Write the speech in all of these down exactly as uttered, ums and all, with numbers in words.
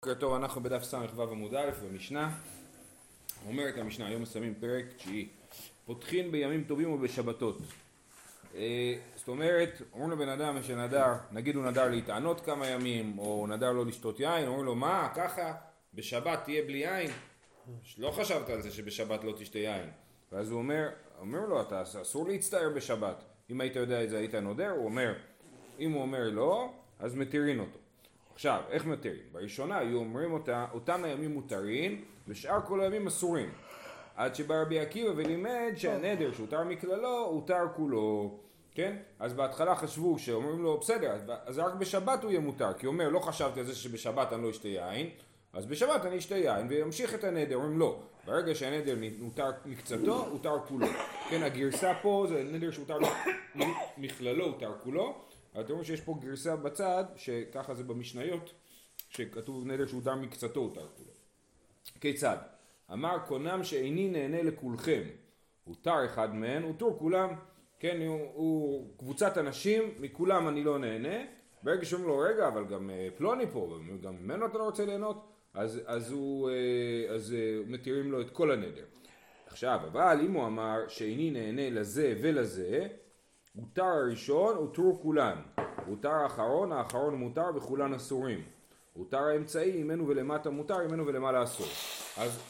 בוקר טוב, אנחנו בדף ס"ו עמוד א' במשנה. אומרת המשנה, היום מסיימים פרק תשיעי. פותחין בימים טובים ובשבתות. זאת אומרת, אומרים לבן אדם שנדר, נגיד הוא נדר להתענות כמה ימים, או נדר לא לשתות יין, אומרים לו, מה, ככה, בשבת תהיה בלי יין? לא חשבת על זה שבשבת לא תשתה יין. ואז הוא אומר, אומר לו, אתה אסור להצטער בשבת. אם היית יודע את זה, היית נודר, הוא אומר, אם הוא אומר לא, אז מתירין אותו. עכשיו, איך מתירים? בראשונה היו אומרים אותה, אותם הימים מותרים, ושאר כל הימים אסורים. עד שבא רבי עקיבא ולימד שהנדר שהותר מכללו, הותר כולו. כן? אז בהתחלה חשבו שאומרים לו, בסדר, אז רק בשבת הוא יהיה מותר, כי הוא אומר, לא חשבתי על זה שבשבת אני לא אשתה יין, אז בשבת אני אשתה יין, וימשיך את הנדר, אומרים לא. ברגע שהנדר הותר מקצתו, הותר כולו. כן, הגרסה פה זה נדר שהותר מכללו, הותר כולו. אבל אתם רואים שיש פה גרסה בצד, שככה זה במשניות, שכתוב נדר שהותר מקצתו, הותר כולו. כיצד? אמר קונם שאיני נהנה לכולכם, הותר אחד מהן, הותר כולם, כן, הוא, הוא קבוצת אנשים, מכולם אני לא נהנה, ברגע שאומרים לו רגע, אבל גם פלוני פה, גם ממנו אתה לא רוצה ליהנות, אז, אז, הוא, אז מתירים לו את כל הנדר. עכשיו, אבל אם הוא אמר שאיני נהנה לזה ולזה, הותר הראשון, הותר כולן. הותר האחרון, האחרון מותר וכולן אסורים. הותר האמצעי, ממנו ולמטה מותר, ממנו ולמעלה אסור. אז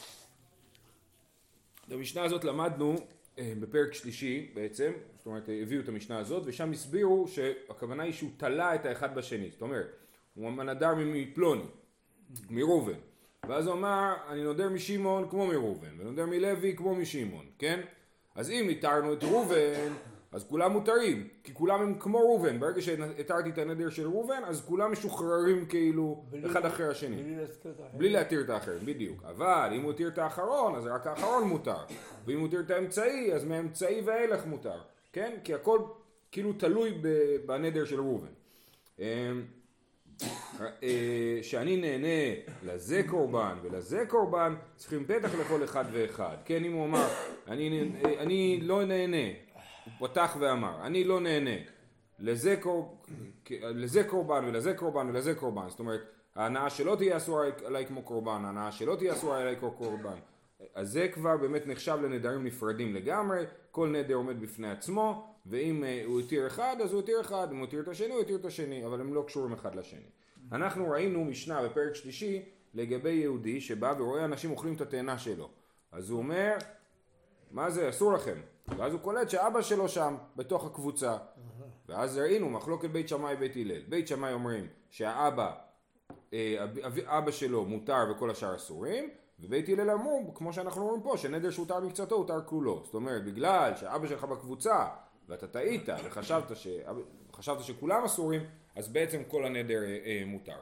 במשנה הזאת למדנו בפרק שלישי בעצם, זאת אומרת הביאו את המשנה הזאת, ושם הסבירו שהכוונה היא שהוא תלה את האחד בשני. זאת אומרת, הוא נדר מפלוני, מראובן. ואז הוא אמר, אני נודר משמעון כמו מראובן, ונודר מלוי כמו משמעון, כן? אז אם התרנו את ראובן, אז כולם מותרים, כי כולם הם כמו ראובן. ברגע שהתרתי את הנדר של ראובן, אז כולם משוחררים כאילו אחד אחרי השני. בלי להתיר את האחרים, בדיוק. אבל אם הוא התיר את האחרון, אז רק האחרון מותר. ואם הוא התיר את האמצעי, אז מהאמצעי והילך מותר. כן? כי הכל כאילו תלוי בנדר של ראובן. שאני נהנה לזה קורבן ולזה קורבן, צריכים פתח לכל אחד ואחד. כן, אם הוא אמר, אני, אני לא נהנה, הוא פתח ואמר, אני לא נהנה לזה, קור... לזה קורבן ולזה קורבן ולזה קורבן. זאת אומרת, ההנאה שלא תהיה אסורה עליי כמו קורבן, ההנאה שלא תהיה אסורה עליי כמו קורבן. אז זה כבר באמת נחשב לנדרים נפרדים לגמרי, כל נדר עומד בפני עצמו, ואם הוא התיר אחד, אז הוא התיר אחד, אם הוא התיר את השני, הוא התיר את השני, אבל הם לא קשורים אחד לשני. אנחנו ראינו משנה בפרק שלישי לגבי יהודי שבא ורואה אנשים אוכלים את התאנה שלו. אז הוא אומר, מה זה, אסור לכם. ואז הוא קולט שאבא שלו שם, בתוך הקבוצה. ואז ראינו, מחלוקת בית שמאי בית הלל. בית שמאי אומרים שהאבא, אבא שלו מותר וכל השאר אסורים, ובית הלל אמרו, כמו שאנחנו אומרים פה, שנדר שהותר מקצתו, הותר כולו. זאת אומרת, בגלל שאבא שלך בקבוצה, ואתה טעית, וחשבת ש... חשבת שכולם אסורים, אז בעצם כל הנדר אה, מותר.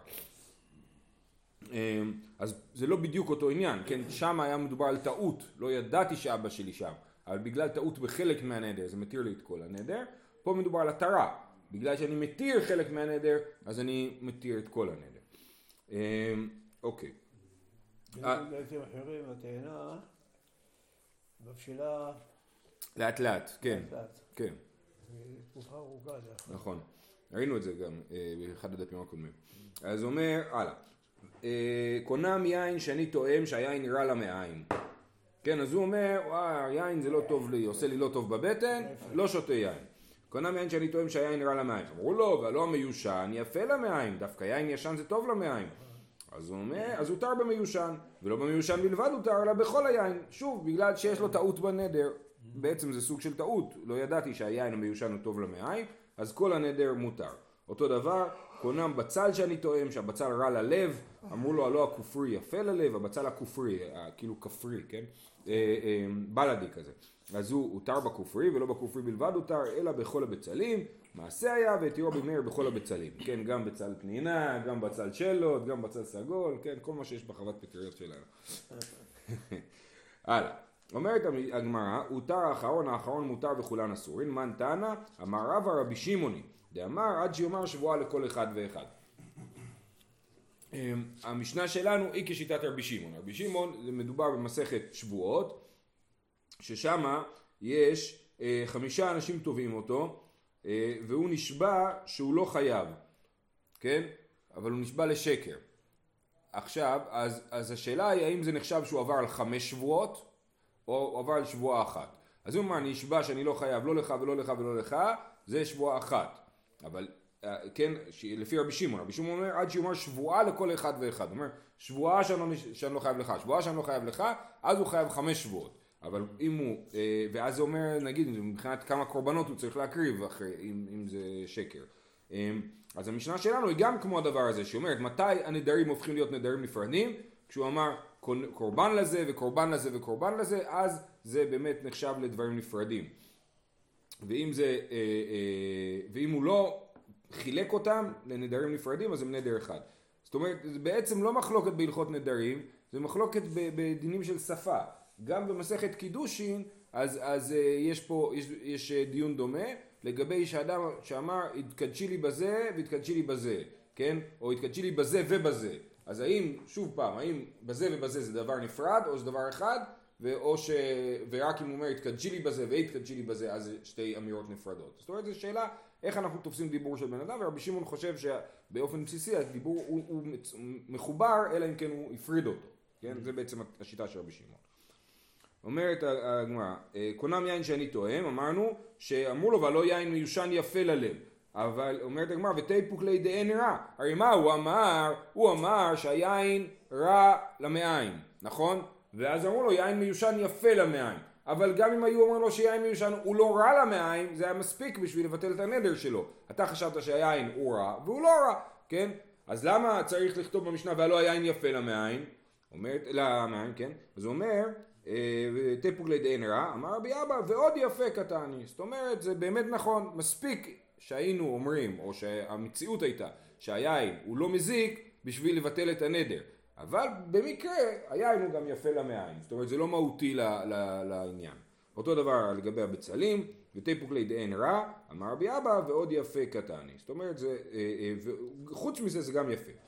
אה, אז זה לא בדיוק אותו עניין, כן? שם היה מדובר על טעות, לא ידעתי שאבא שלי שם. אבל בגלל טעות בחלק מהנדר, זה מתיר לי את כל הנדר. פה מדובר על התרה. בגלל שאני מתיר חלק מהנדר, אז אני מתיר את כל הנדר. אוקיי. לעתים אחרים, התאנה, מבשילה... לאט לאט, כן. כן. תקופה ארוכה זה. נכון. ראינו את זה גם באחד הדפים הקודמים. אז הוא אומר, הלאה. קונם יין שאני טועם שהיין רע לה מהעין. כן, אז הוא אומר, וואי, יין זה לא טוב לי, עושה לי לא טוב בבטן, לא שותה יין. קונם יין שאני טועם שהיין רע לה מהעין. אמרו לו, ולא המיושן יפה לה מהעין, דווקא יין ישן זה טוב לה מהעין. אז הוא אומר, אז הותר במיושן, ולא במיושן בלבד הותר, אלא בכל היין. שוב, בגלל שיש לו טעות בנדר, בעצם זה סוג של טעות, לא ידעתי שהיין המיושן הוא טוב לה מהעין, אז כל הנדר מותר. אותו דבר, קונם בצל שאני טועם, שהבצל רע ללב, אמרו לו, הלא הכופרי יפה ללב, הבצל הכופרי, כאילו כפרי, כן? בלדי כזה. אז הוא הותר בכופרי, ולא בכופרי בלבד הותר, אלא בכל הבצלים, מעשה היה והתירו במאיר בכל הבצלים. כן, גם בצל פנינה, גם בצל שלות, גם בצל סגול, כן, כל מה שיש בחוות פטריות שלנו. הלאה. אומרת הגמרא, הותר האחרון, האחרון מותר וכולן אסורים. מן תנא? אמר רבא רבי שמעוני, דאמר עד שיאמר שבועה לכל אחד ואחד. המשנה שלנו היא כשיטת רבי שמעון. רבי שמעון זה מדובר במסכת שבועות, ששמה יש חמישה אנשים טובים אותו, והוא נשבע שהוא לא חייב, כן? אבל הוא נשבע לשקר. עכשיו, אז, אז השאלה היא האם זה נחשב שהוא עבר על חמש שבועות, או עבר על שבועה אחת. אז הוא אומר, אני אשבע שאני לא חייב, לא לך ולא לך ולא לך, זה שבועה אחת. אבל, כן, לפי רבי שמעון, רבי שמעון אומר, עד שהוא אומר שבועה לכל אחד ואחד. הוא אומר, שבועה שאני לא, שאני לא חייב לך, שבועה שאני לא חייב לך, אז הוא חייב חמש שבועות. אבל אם הוא, ואז זה אומר, נגיד, מבחינת כמה קורבנות הוא צריך להקריב אחרי, אם, אם זה שקר. אז המשנה שלנו היא גם כמו הדבר הזה, שאומרת, מתי הנדרים הופכים להיות נדרים נפרדים? כשהוא אמר, קורבן לזה וקורבן לזה וקורבן לזה, אז זה באמת נחשב לדברים נפרדים. ואם זה, ואם הוא לא חילק אותם לנדרים נפרדים, אז הם נדר אחד. זאת אומרת, זה בעצם לא מחלוקת בהלכות נדרים, זה מחלוקת בדינים של שפה. גם במסכת קידושין, אז, אז יש פה, יש, יש דיון דומה, לגבי שאדם שאמר, התקדשי לי בזה והתקדשי לי בזה, כן? או התקדשי לי בזה ובזה. אז האם, שוב פעם, האם בזה ובזה זה דבר נפרד, או זה דבר אחד, או ש... ורק אם הוא אומר, התקדשי לי בזה והתקדשי לי בזה, אז זה שתי אמירות נפרדות. זאת אומרת, זו שאלה, איך אנחנו תופסים דיבור של בן אדם, ורבי שמעון חושב שבאופן בסיסי, הדיבור הוא, הוא מחובר, אלא אם כן הוא הפריד אותו, כן? זה בעצם השיטה של רבי שמעון. אומרת הגמרא, קונם יין שאני תואם, אמרנו שאמרו לו ולא יין מיושן יפה ללב, אבל אומרת הגמרא ותיפוק לידי אין רע, הרי מה הוא אמר? הוא אמר שהיין רע למעיים, נכון? ואז אמרו לו יין מיושן יפה למעיים, אבל גם אם היו אומרים לו שיין מיושן הוא לא רע למעיים, זה היה מספיק בשביל לבטל את הנדר שלו. אתה חשבת שהיין הוא רע והוא לא רע, כן? אז למה צריך לכתוב במשנה ולא היין יפה למעיים? אומרת, למעיים, כן? אז הוא אומר ותיפוק לידי אין רע, אמר רבי אבא ועוד יפה קטני. זאת אומרת זה באמת נכון, מספיק שהיינו אומרים או שהמציאות הייתה שהיין הוא לא מזיק בשביל לבטל את הנדר, אבל במקרה היין הוא גם יפה למעיים, זאת אומרת זה לא מהותי ל, ל, לעניין. אותו דבר לגבי הבצלים, ותיפוק לידי אין רע, אמר רבי אבא ועוד יפה קטני. זאת אומרת זה, חוץ מזה זה גם יפה.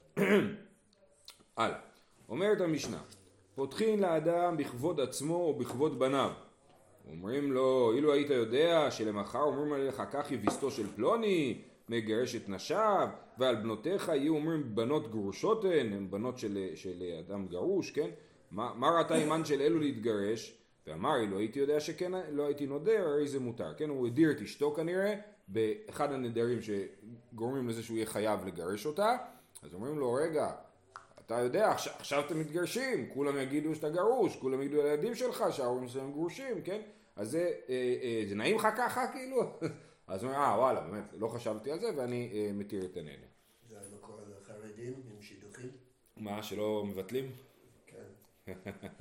הלאה, אומרת המשנה, פותחין לאדם בכבוד עצמו או בכבוד בניו. אומרים לו, אילו היית יודע שלמחר אומרים עליך כך יביסתו של פלוני, מגרש את נשיו, ועל בנותיך יהיו אומרים בנות גרושות הן, הן בנות של, של אדם גרוש, כן? מה, מה ראתה אימן של אלו להתגרש? ואמר, אילו הייתי יודע שכן, לא הייתי נודר, הרי זה מותר, כן? הוא הדיר את אשתו כנראה, באחד הנדרים שגורמים לזה שהוא יהיה חייב לגרש אותה, אז אומרים לו, רגע, אתה יודע, עכשיו, עכשיו אתם מתגרשים, כולם יגידו שאתה גרוש, כולם יגידו על הילדים שלך שההורים שלהם גרושים, כן? אז זה, אה, אה, זה נעים לך ככה כאילו? אז הוא אומר, אה וואלה, באמת, לא חשבתי על זה ואני אה, מתיר את הנהנה. זה המקור לחרדים עם שידוכים? מה, שלא מבטלים? כן.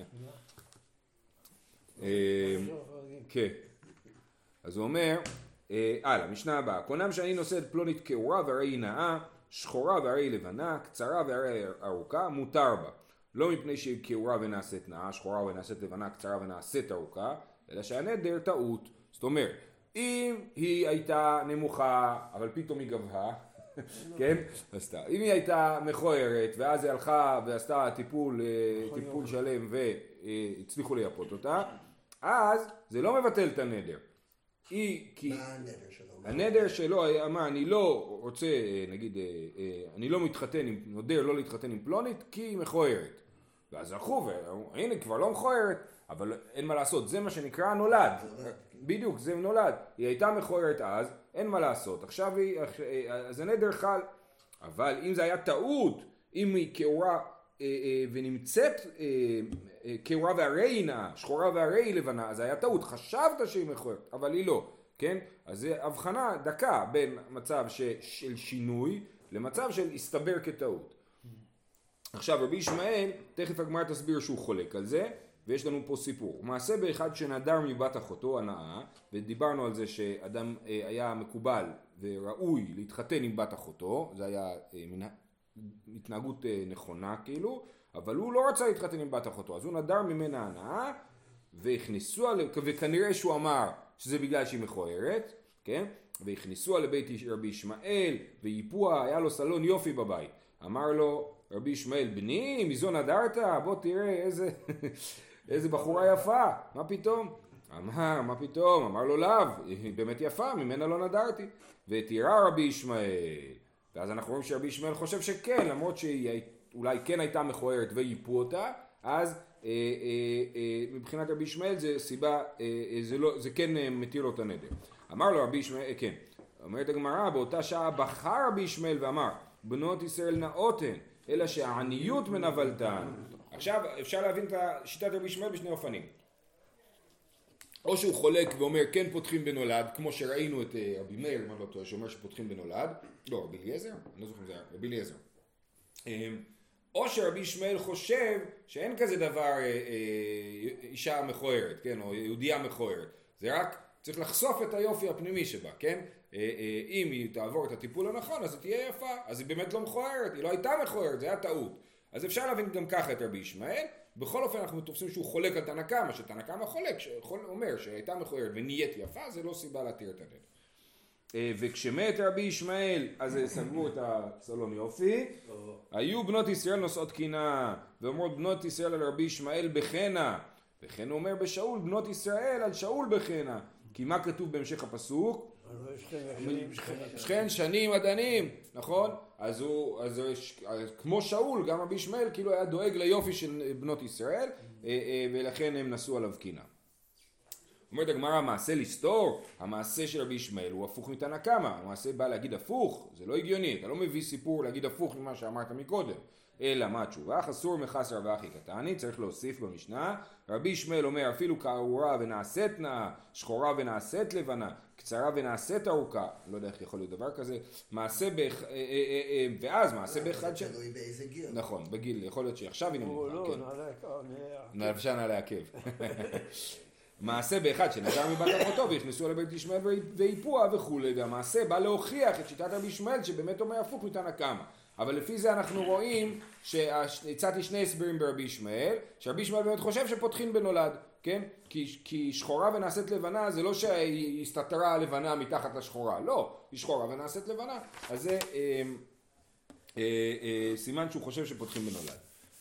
כן. אז הוא אומר, הלאה, משנה הבאה, קונם שאני נושא את פלונית כאורה והרי היא נאה, שחורה והרי לבנה, קצרה והרי ארוכה, מותר בה. לא מפני שהיא כאורה ונעשית נאה, שחורה ונעשית לבנה, קצרה ונעשית ארוכה, אלא שהנדר טעות. זאת אומרת, אם היא הייתה נמוכה, אבל פתאום היא גבהה, כן? עשתה. אם היא הייתה מכוערת, ואז היא הלכה ועשתה טיפול, טיפול שלם והצליחו לייפות אותה, אז זה לא מבטל את הנדר. היא, כי... מה הנדר שלו? הנדר שלו אמר, אני לא רוצה, נגיד, אני לא מתחתן עם, נודר לא להתחתן עם פלונית, כי היא מכוערת. ואז הלכו, והנה כבר לא מכוערת, אבל אין מה לעשות, זה מה שנקרא נולד. בדיוק, זה נולד. היא הייתה מכוערת אז, אין מה לעשות. עכשיו היא, אז הנדר חל. אבל אם זה היה טעות, אם היא כאורה ונמצאת כאורה והרי היא נאה, שחורה והרי היא לבנה, אז היה טעות. חשבת שהיא מכוערת, אבל היא לא. כן? אז זה הבחנה דקה בין מצב של שינוי למצב של הסתבר כטעות. עכשיו רבי ישמעאל, תכף הגמרא תסביר שהוא חולק על זה, ויש לנו פה סיפור. מעשה באחד שנדר מבת אחותו הנאה, ודיברנו על זה שאדם היה מקובל וראוי להתחתן עם בת אחותו, זה היה התנהגות נכונה כאילו, אבל הוא לא רצה להתחתן עם בת אחותו, אז הוא נדר ממנה הנאה, והכניסו, וכנראה שהוא אמר שזה בגלל שהיא מכוערת, כן? והכניסוה לבית רבי ישמעאל, ויפוה, היה לו סלון יופי בבית. אמר לו רבי ישמעאל, בני, מזו נדרת? בוא תראה איזה, איזה בחורה יפה, מה פתאום? אמר, מה פתאום? אמר לו לאו, היא באמת יפה, ממנה לא נדרתי. ותראה רבי ישמעאל. ואז אנחנו רואים שרבי ישמעאל חושב שכן, למרות שהיא אולי כן הייתה מכוערת וייפו אותה, אז אה, אה, אה, מבחינת רבי ישמעאל זה סיבה, אה, זה, לא, זה כן אה, מתיר לו את הנדר. אמר לו רבי ישמעאל, אה, כן, אומרת הגמרא, באותה שעה בחר רבי ישמעאל ואמר, בנות ישראל נאותן, אלא שהעניות מנבלתן. עכשיו אפשר להבין את שיטת רבי ישמעאל בשני אופנים. או שהוא חולק ואומר כן פותחים בנולד, כמו שראינו את רבי מאיר, מה לא טועה, שאומר שפותחים בנולד, לא, רבי אליעזר? אני לא זוכר אם זה היה, רבי אליעזר. או שרבי ישמעאל חושב שאין כזה דבר אישה מכוערת, כן, או יהודייה מכוערת. זה רק צריך לחשוף את היופי הפנימי שבה, כן? אם היא תעבור את הטיפול הנכון, אז היא תהיה יפה, אז היא באמת לא מכוערת, היא לא הייתה מכוערת, זה היה טעות. אז אפשר להבין גם ככה את רבי ישמעאל. בכל אופן אנחנו תופסים שהוא חולק על תנא קמא, שתנא קמא חולק, שאומר שהייתה מכוערת ונהיית יפה, זה לא סיבה להתיר את הנדר. וכשמת רבי ישמעאל, אז סגרו את הסלון יופי, היו בנות ישראל נושאות קינה, ואומרות בנות ישראל על רבי ישמעאל בחנה, וכן הוא אומר בשאול בנות ישראל על שאול בחנה, כי מה כתוב בהמשך הפסוק? שכן שנים עדנים, נכון? אז הוא, אז כמו שאול, גם רבי ישמעאל כאילו היה דואג ליופי של בנות ישראל, ולכן הם נשאו עליו קינה. אומרת הגמרא, המעשה לסתור, המעשה של רבי ישמעאל הוא הפוך מתנא קמא, המעשה בא להגיד הפוך, זה לא הגיוני, אתה לא מביא סיפור להגיד הפוך ממה שאמרת מקודם. אלא מה התשובה? חסור מחסר ואחי קטני, צריך להוסיף במשנה, רבי ישמעאל אומר אפילו כארורה ונעשית נאה, שחורה ונעשית לבנה, קצרה ונעשית ארוכה, לא יודע איך יכול להיות דבר כזה, מעשה באחד, ואז מעשה באחד ש... תלוי באיזה גיל. נכון, בגיל, יכול להיות שעכשיו הנה הוא נבחר, לא, כן. נעלה נלבשה נעלי עקב. מעשה באחד שנגר מבת אחותו והכנסו על בית ישמעאל ויפוה וכולי, והמעשה בא להוכיח את שיטת רבי ישמעאל שבאמת אומר הפוך מתנא קמא. אבל לפי זה אנחנו רואים שהצעתי שני הסברים ברבי ישמעאל, שרבי ישמעאל באמת חושב שפותחים בנולד, כן? כי, כי שחורה ונעשית לבנה זה לא שהיא הסתתרה לבנה מתחת לשחורה, לא, היא שחורה ונעשית לבנה, אז זה אה, אה, אה, סימן שהוא חושב שפותחים בנולד.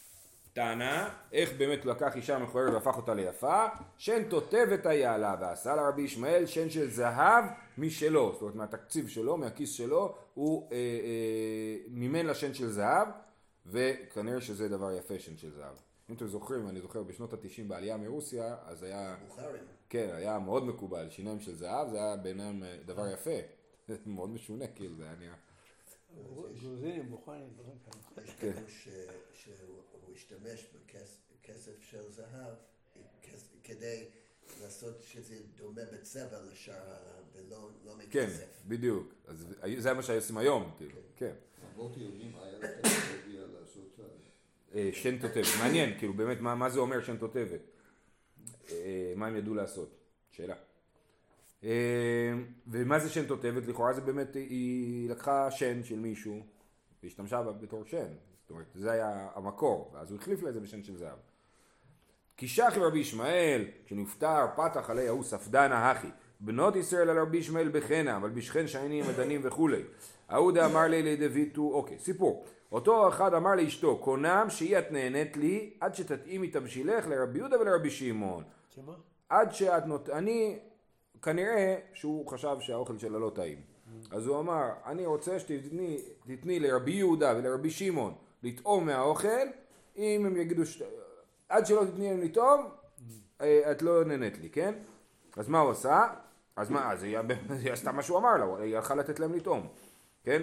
טענה, איך באמת לקח אישה מכוערת והפך אותה ליפה, שן תותבת היה לה, ועשה לרבי ישמעאל שן של זהב משלו, זאת אומרת מהתקציב שלו, מהכיס שלו, הוא אה, אה, מימן לה שן של זהב, וכנראה שזה דבר יפה שן של זהב. אם אתם זוכרים, אני זוכר בשנות התשעים בעלייה מרוסיה, אז היה, בוכרים. כן, היה מאוד מקובל, שיניים של זהב, זה היה ביניהם דבר יפה, מאוד משונה כאילו, זה היה נראה. גרוזינים, בוכרים, דברים כאלה. יש כן. לנו ש- שהוא השתמש בכסף של זהב כס- כדי לעשות שזה דומה בצבע לשאר ולא לא כן, מכסף. בדיוק, אז זה מה שעושים היום, כאילו, כן. אבות יהודים היה להם טכנולוגיה לעשות... אה, שן תותבת, מעניין, כאילו באמת מה, מה זה אומר שן תותבת? אה, מה הם ידעו לעשות? שאלה. אה, ומה זה שן תותבת? לכאורה זה באמת, היא לקחה שן של מישהו והשתמשה בה בתור שן, זאת אומרת זה היה המקור, ואז הוא החליף לה את זה בשן של זהב. כי שחי רבי ישמעאל, כשנפטר פתח עלי ההוא ספדנה הכי, בנות ישראל על רבי ישמעאל בחנה, אבל בשכן שיינים מדנים וכולי. ההוא אמר לי לדוידו, אוקיי, סיפור. אותו אחד אמר לאשתו, קונם שהיא את נהנית לי, עד שתתאימי תבשילך לרבי יהודה ולרבי שמעון. שמה? עד שאת נות... אני, כנראה שהוא חשב שהאוכל שלה לא טעים. אז הוא אמר, אני רוצה שתתני תתני לרבי יהודה ולרבי שמעון לטעום מהאוכל, אם הם יגידו, ש... עד שלא תתני להם לטעום, את לא נהנית לי, כן? אז מה הוא עשה? אז מה, אז היא, היא עשתה מה שהוא אמר לה, היא הלכה לתת להם לטעום, כן?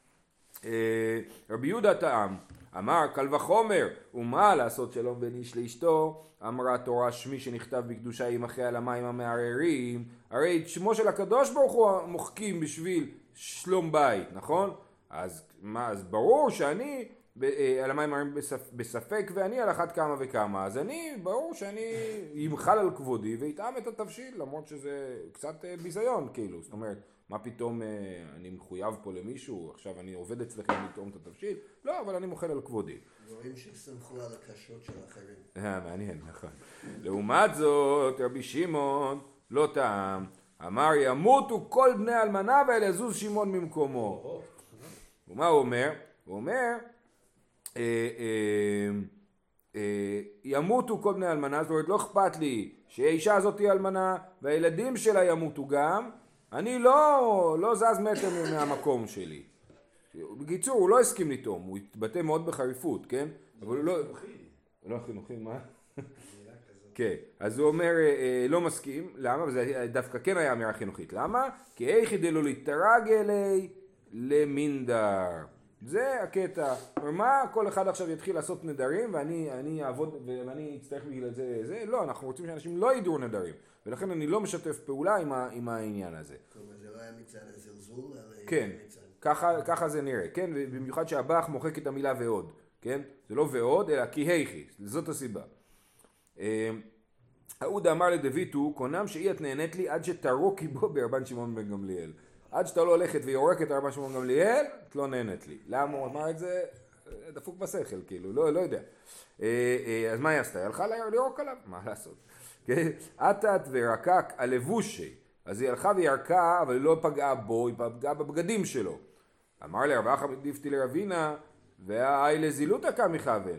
רבי יהודה טעם, אמר קל וחומר, ומה לעשות שלום בין איש לאשתו? אמרה תורה שמי שנכתב בקדושה ימחה על המים המערערים, הרי את שמו של הקדוש ברוך הוא מוחקים בשביל שלום בית, נכון? אז מה, אז ברור שאני על המים בספק, בספק ואני על אחת כמה וכמה, אז אני, ברור שאני ימחל על כבודי ויתאם את התבשיל, למרות שזה קצת ביזיון כאילו, זאת אומרת, מה פתאום אני מחויב פה למישהו, עכשיו אני עובד אצלכם לטעום את התבשיל, לא, אבל אני מוחל על כבודי. דברים שסמכו על הכשרות של אחרים. אה, מעניין, נכון. לעומת זאת, רבי שמעון לא טעם, אמר ימותו כל בני אלמנה ולזוז שמעון ממקומו. ומה הוא אומר? הוא אומר, ימותו כל בני אלמנה, זאת אומרת לא אכפת לי שהאישה הזאת תהיה אלמנה והילדים שלה ימותו גם, אני לא, לא זז מטר מהמקום שלי. בקיצור, הוא לא הסכים לטעום, הוא התבטא מאוד בחריפות, כן? אבל הוא לא... לא חינוכי, מה? כן, אז הוא אומר, לא מסכים, למה? וזה דווקא כן היה אמירה חינוכית, למה? כי איכי דלו להתרגלי למינדר. זה הקטע. מה, כל אחד עכשיו יתחיל לעשות נדרים ואני אני אעבוד ואני אצטרך בגלל זה, זה, לא, אנחנו רוצים שאנשים לא ידעו נדרים, ולכן אני לא משתף פעולה עם, ה, עם העניין הזה. כלומר, זה לא היה מצד הזלזול, אלא כן, מצד... ככה, ככה זה נראה, כן, ובמיוחד שהבח מוחק את המילה ועוד, כן? זה לא ועוד, אלא כי היכי, זאת הסיבה. אהודה אמר לדויטו, קונם שאי את נהנית לי עד שתרוקי בו ברבן שמעון בן גמליאל. עד שאתה לא הולכת ויורקת רבן שמעון בן גמליאל, את לא נהנית לי. למה הוא אמר את זה? דפוק בשכל, כאילו, לא, לא יודע. אז מה היא עשתה? היא הלכה לירוק עליו, מה לעשות? עטת ורקק הלבושי. אז היא הלכה וירקה, אבל היא לא פגעה בו, היא פגעה בבגדים שלו. אמר לה, רבא אחא דיפתי לרבינה, והאי לזילותא כמכוון.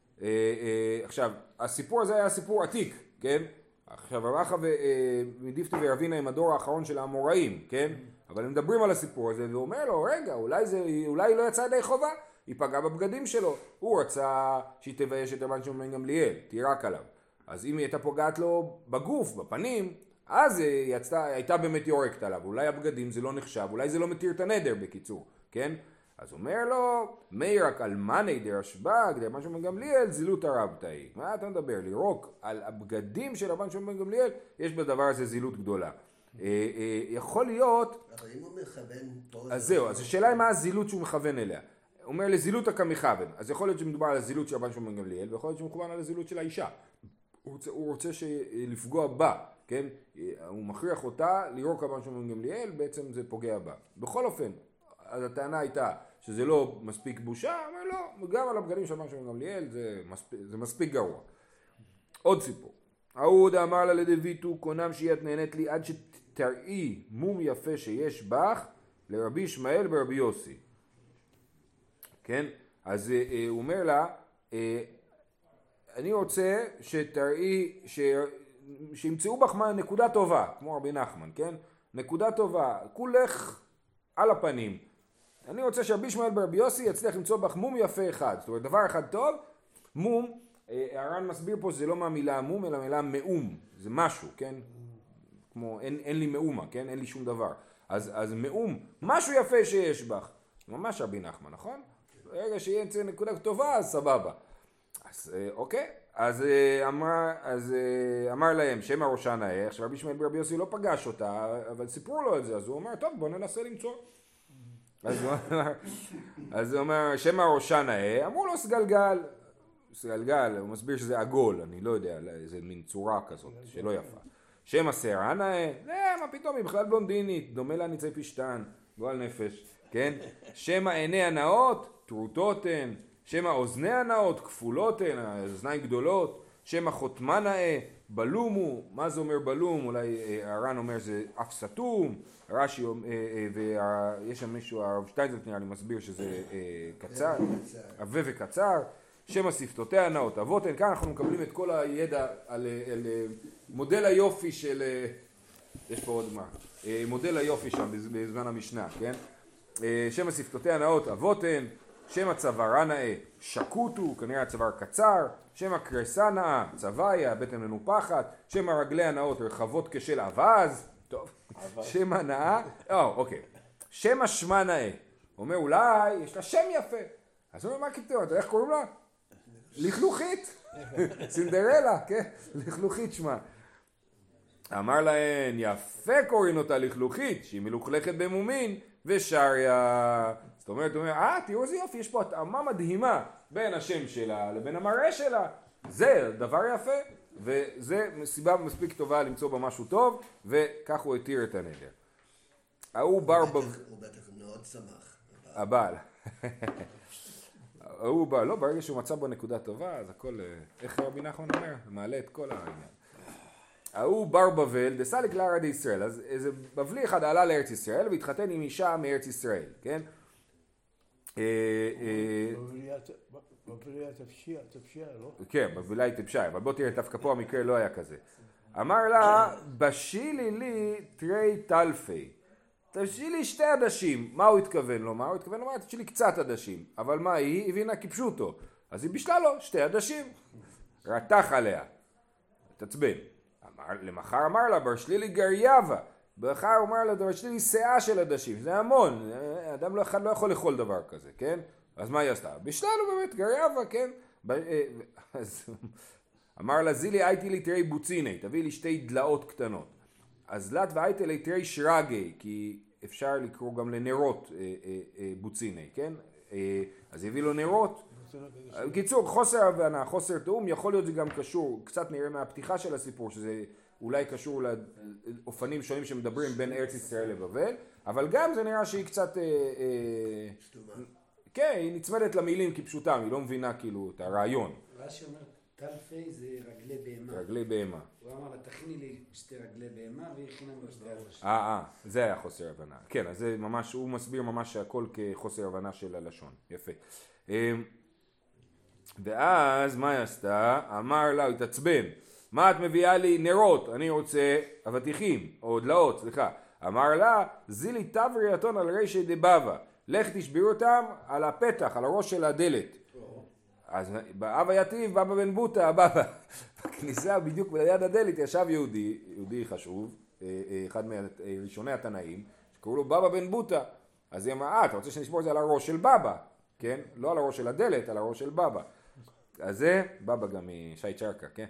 עכשיו, הסיפור הזה היה סיפור עתיק, כן? עכשיו, רבא אחא ודיפתי ורבינה הם הדור האחרון של האמוראים, כן? אבל הם מדברים על הסיפור הזה, והוא אומר לו, רגע, אולי, זה, אולי לא יצא ידי חובה, היא פגעה בבגדים שלו. הוא רצה שהיא תבייש את רבן שמעון בן גמליאל, תירק עליו. אז אם היא הייתה פוגעת לו בגוף, בפנים, אז היא יצא, הייתה באמת יורקת עליו. אולי הבגדים זה לא נחשב, אולי זה לא מתיר את הנדר בקיצור, כן? אז אומר לו, מיירק על מני דרשב"ג, רבן שמעון בן גמליאל, זילות הרבתאי. מה אתה מדבר? לירוק על הבגדים של רבן שמעון בן גמליאל, יש בדבר הזה זילות גדולה. יכול להיות... אבל אם הוא מכוון... אז זהו, אז השאלה היא מה הזילות שהוא מכוון אליה. הוא אומר לזילות הכמכוון. אז יכול להיות שמדובר על הזילות של רבן שמעון בן גמליאל, ויכול להיות שמכוון על הזילות של האישה. הוא רוצה, הוא רוצה לפגוע בה, כן? הוא מכריח אותה לירוק רבן שמעון בן גמליאל, בעצם זה פוגע בה. בכל אופן, אז הטענה הייתה שזה לא מספיק בושה, אבל לא, גם על הבגדים של רבן שמעון בן גמליאל זה מספיק, זה מספיק גרוע. עוד סיפור. אהודה אמר לה לדויטו, קונם שהיא את נהנית לי עד שתראי מום יפה שיש בך לרבי ישמעאל ברבי יוסי. כן? אז אה, הוא אומר לה, אה, אני רוצה שתראי, ש... שימצאו בך נקודה טובה, כמו רבי נחמן, כן? נקודה טובה, כולך על הפנים. אני רוצה שרבי ישמעאל ברבי יוסי יצליח למצוא בך מום יפה אחד. זאת אומרת, דבר אחד טוב, מום, הר"ן מסביר פה שזה לא מהמילה מום, אלא מילה מאום. זה משהו, כן? כמו, אין, אין לי מאומה, כן? אין לי שום דבר. אז, אז מאום, משהו יפה שיש בך. ממש רבי נחמן, נכון? ברגע שיהיה נקודה טובה, אז סבבה. אז אוקיי, אז אמר, אז אמר להם, שם הראשן היה, עכשיו רבי ישמעאל ברבי יוסי לא פגש אותה, אבל סיפרו לו את זה, אז הוא אומר, טוב, בוא ננסה למצוא. אז הוא אומר, אז הוא אומר, שם הראשן היה, אמרו לו סגלגל, סגלגל, הוא מסביר שזה עגול, אני לא יודע, זה מין צורה כזאת, שלא יפה. שם השערן היה, זה, מה פתאום, היא בכלל בלונדינית, דומה לה ניצי פשטן, גועל נפש, כן? שם העיני הנאות, טרוטות הן, שם האוזני הנאות, כפולות הן, האוזניים גדולות, שם החותמן האה, בלומו, מה זה אומר בלום? אולי הר"ן אומר זה אף סתום, רש"י, ויש שם מישהו, הרב שטיינזלץ נראה לי מסביר שזה קצר, עבה וקצר, שם השפתותיה הנאות, אבות הן, כאן אנחנו מקבלים את כל הידע על, על מודל היופי של, יש פה עוד מה, מודל היופי שם בזמן המשנה, כן? שם השפתותיה הנאות, אבות הן, שם הצווארה נאה, שקוטו, כנראה הצוואר קצר, שם הקרסה נאה, צוואיה, בטן מנופחת, שם הרגלי הנאות, רחבות כשל אבז, טוב, שם הנאה, או, אוקיי, שם השמה נאה, הוא אומר אולי יש לה שם יפה, אז הוא אומר מה כתוב, אתה איך קוראים לה? לכלוכית, סינדרלה, כן, לכלוכית שמה. אמר להן, יפה קוראים אותה לכלוכית, שהיא מלוכלכת במומין, ושריה. זאת אומרת, הוא אומר, אה, תראו איזה יופי, יש פה התאמה מדהימה בין השם שלה לבין המראה שלה. זה דבר יפה, וזה סיבה מספיק טובה למצוא בה משהו טוב, וכך הוא התיר את הנדר. ההוא בר... הוא בטח מאוד שמח. הבעל. ההוא בא, לא, ברגע שהוא מצא בו נקודה טובה, אז הכל, איך רבי נחמן אומר? מעלה את כל העניין. ההוא בר בבל, דסליק לארד ישראל, אז איזה בבלי אחד עלה לארץ ישראל, והתחתן עם אישה מארץ ישראל, כן? בבלי התפשיע, תפשיע, לא? כן, בבלי היא תפשיע, אבל בוא תראה, דווקא פה המקרה לא היה כזה. אמר לה, בשילי לי תרי טלפי, תבשילי שתי עדשים. מה הוא התכוון לומר? הוא התכוון לומר, תבשילי קצת עדשים. אבל מה היא? הבינה כפשוטו. אז היא בישלה לו שתי עדשים. רתח עליה. תצבן. אמר, למחר אמר לה, ברשלי לי גרייבה. באחר אמר לה, ברשלי לי שאה של עדשים. זה המון. אדם לא, אחד לא יכול לאכול דבר כזה, כן? אז מה היא עשתה? בישלה לו באמת גרייבה, כן? אז אמר לה, זילי הייתי לי תראי בוציני. תביא לי שתי דלאות קטנות. אז לת והייתי לי תראי שרגי, כי אפשר לקרוא גם לנרות אה, אה, אה, בוציני, כן? אה, אז הביא לו נרות. בקיצור, חוסר הבנה, חוסר תאום, יכול להיות זה גם קשור, קצת נראה מהפתיחה של הסיפור, שזה אולי קשור לאופנים שונים שמדברים בין ארץ ישראל לבבל, אבל גם זה נראה שהיא קצת... אה, אה, כן, היא נצמדת למילים כפשוטם, היא לא מבינה כאילו את הרעיון. רש"י אומר, טלפי זה רגלי בהמה. רגלי בהמה. הוא אמר לה, תכיני לי שתי רגלי בהמה, והיא הכינה לו שתי עדשים. אה, אה, זה היה חוסר הבנה. כן, אז זה ממש, הוא מסביר ממש שהכל כחוסר הבנה של הלשון. יפה. ואז מה היא עשתה? אמר לה, הוא התעצבן. מה את מביאה לי? נרות, אני רוצה אבטיחים, או דלאות, סליחה. אמר לה, זילי תברי אתון על רשי דבבה. לך תשביר אותם על הפתח, על הראש של הדלת. אז באבא יתיב, בבא בן בוטה, הבבא. בכניסה בדיוק ליד הדלת ישב יהודי, יהודי חשוב, אחד מראשוני התנאים, שקראו לו בבא בן בוטה. אז היא אמרה, אה, אתה רוצה שנשבור את זה על הראש של בבא, כן? לא על הראש של הדלת, על הראש של בבא. אז זה, בבא גם משי צ'רקה, כן?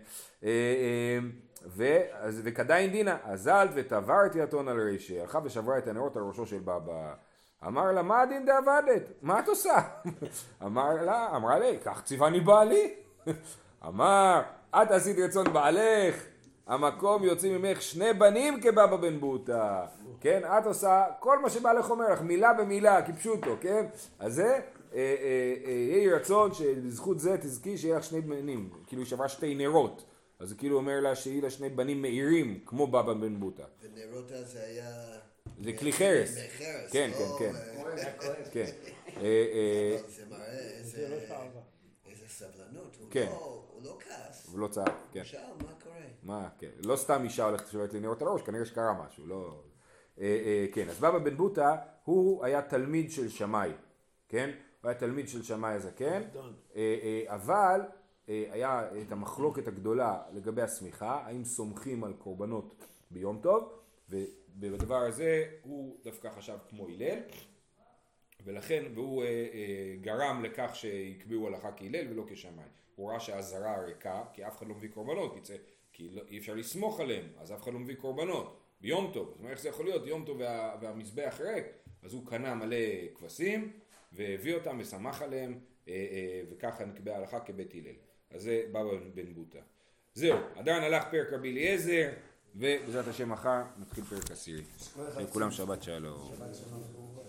וכדאין דינה, אזלת ותברתי אתון על רשי, הלכה ושברה את הנרות על ראשו של בבא. אמר לה, מה הדין דעבדת? מה את עושה? אמר לה, אמרה לי, כך ציווני בעלי. אמר, את עשית רצון בעלך, המקום יוצאים ממך שני בנים כבבא בן בוטה. כן, את עושה כל מה שבעלך אומר לך, מילה במילה, כפשוטו, כן? אז זה, יהי רצון שבזכות זה תזכי שיהיה לך שני בנים, כאילו היא שברה שתי נרות. אז זה כאילו אומר לה שיהיה לה שני בנים מהירים, כמו בבא בן בוטה. ונרות הזה היה... זה כלי חרס. מחרס. כן, כן, כן. כן. זה מראה איזה סבלנות. כן. הוא לא כעס. הוא לא צעק, כן. הוא שאל, מה קורה? מה, כן. לא סתם אישה הולכת לשבת לנרות על הראש, כנראה שקרה משהו, לא... כן, אז בבא בן בוטה הוא היה תלמיד של שמאי, כן? הוא היה תלמיד של שמאי הזקן, אבל היה את המחלוקת הגדולה לגבי הסמיכה, האם סומכים על קורבנות ביום טוב, ובדבר הזה הוא דווקא חשב כמו הלל, ולכן, והוא גרם לכך שיקבעו הלכה כהלל ולא כשמאי. הוא ראה שהזרה ריקה, כי אף אחד לא מביא קורבנות, כי אי אפשר לסמוך עליהם, אז אף אחד לא מביא קורבנות. ביום טוב, זאת אומרת, איך זה יכול להיות? יום טוב וה, והמזבח ריק, אז הוא קנה מלא כבשים, והביא אותם ושמח עליהם, אה, אה, וככה נקבע הלכה כבית הלל. אז זה בבא בן בוטה. זהו, עדיין הלך פרק רבי אליעזר, ובעזרת השם מחר נתחיל פרק עשירי. לכולם שבת שלום.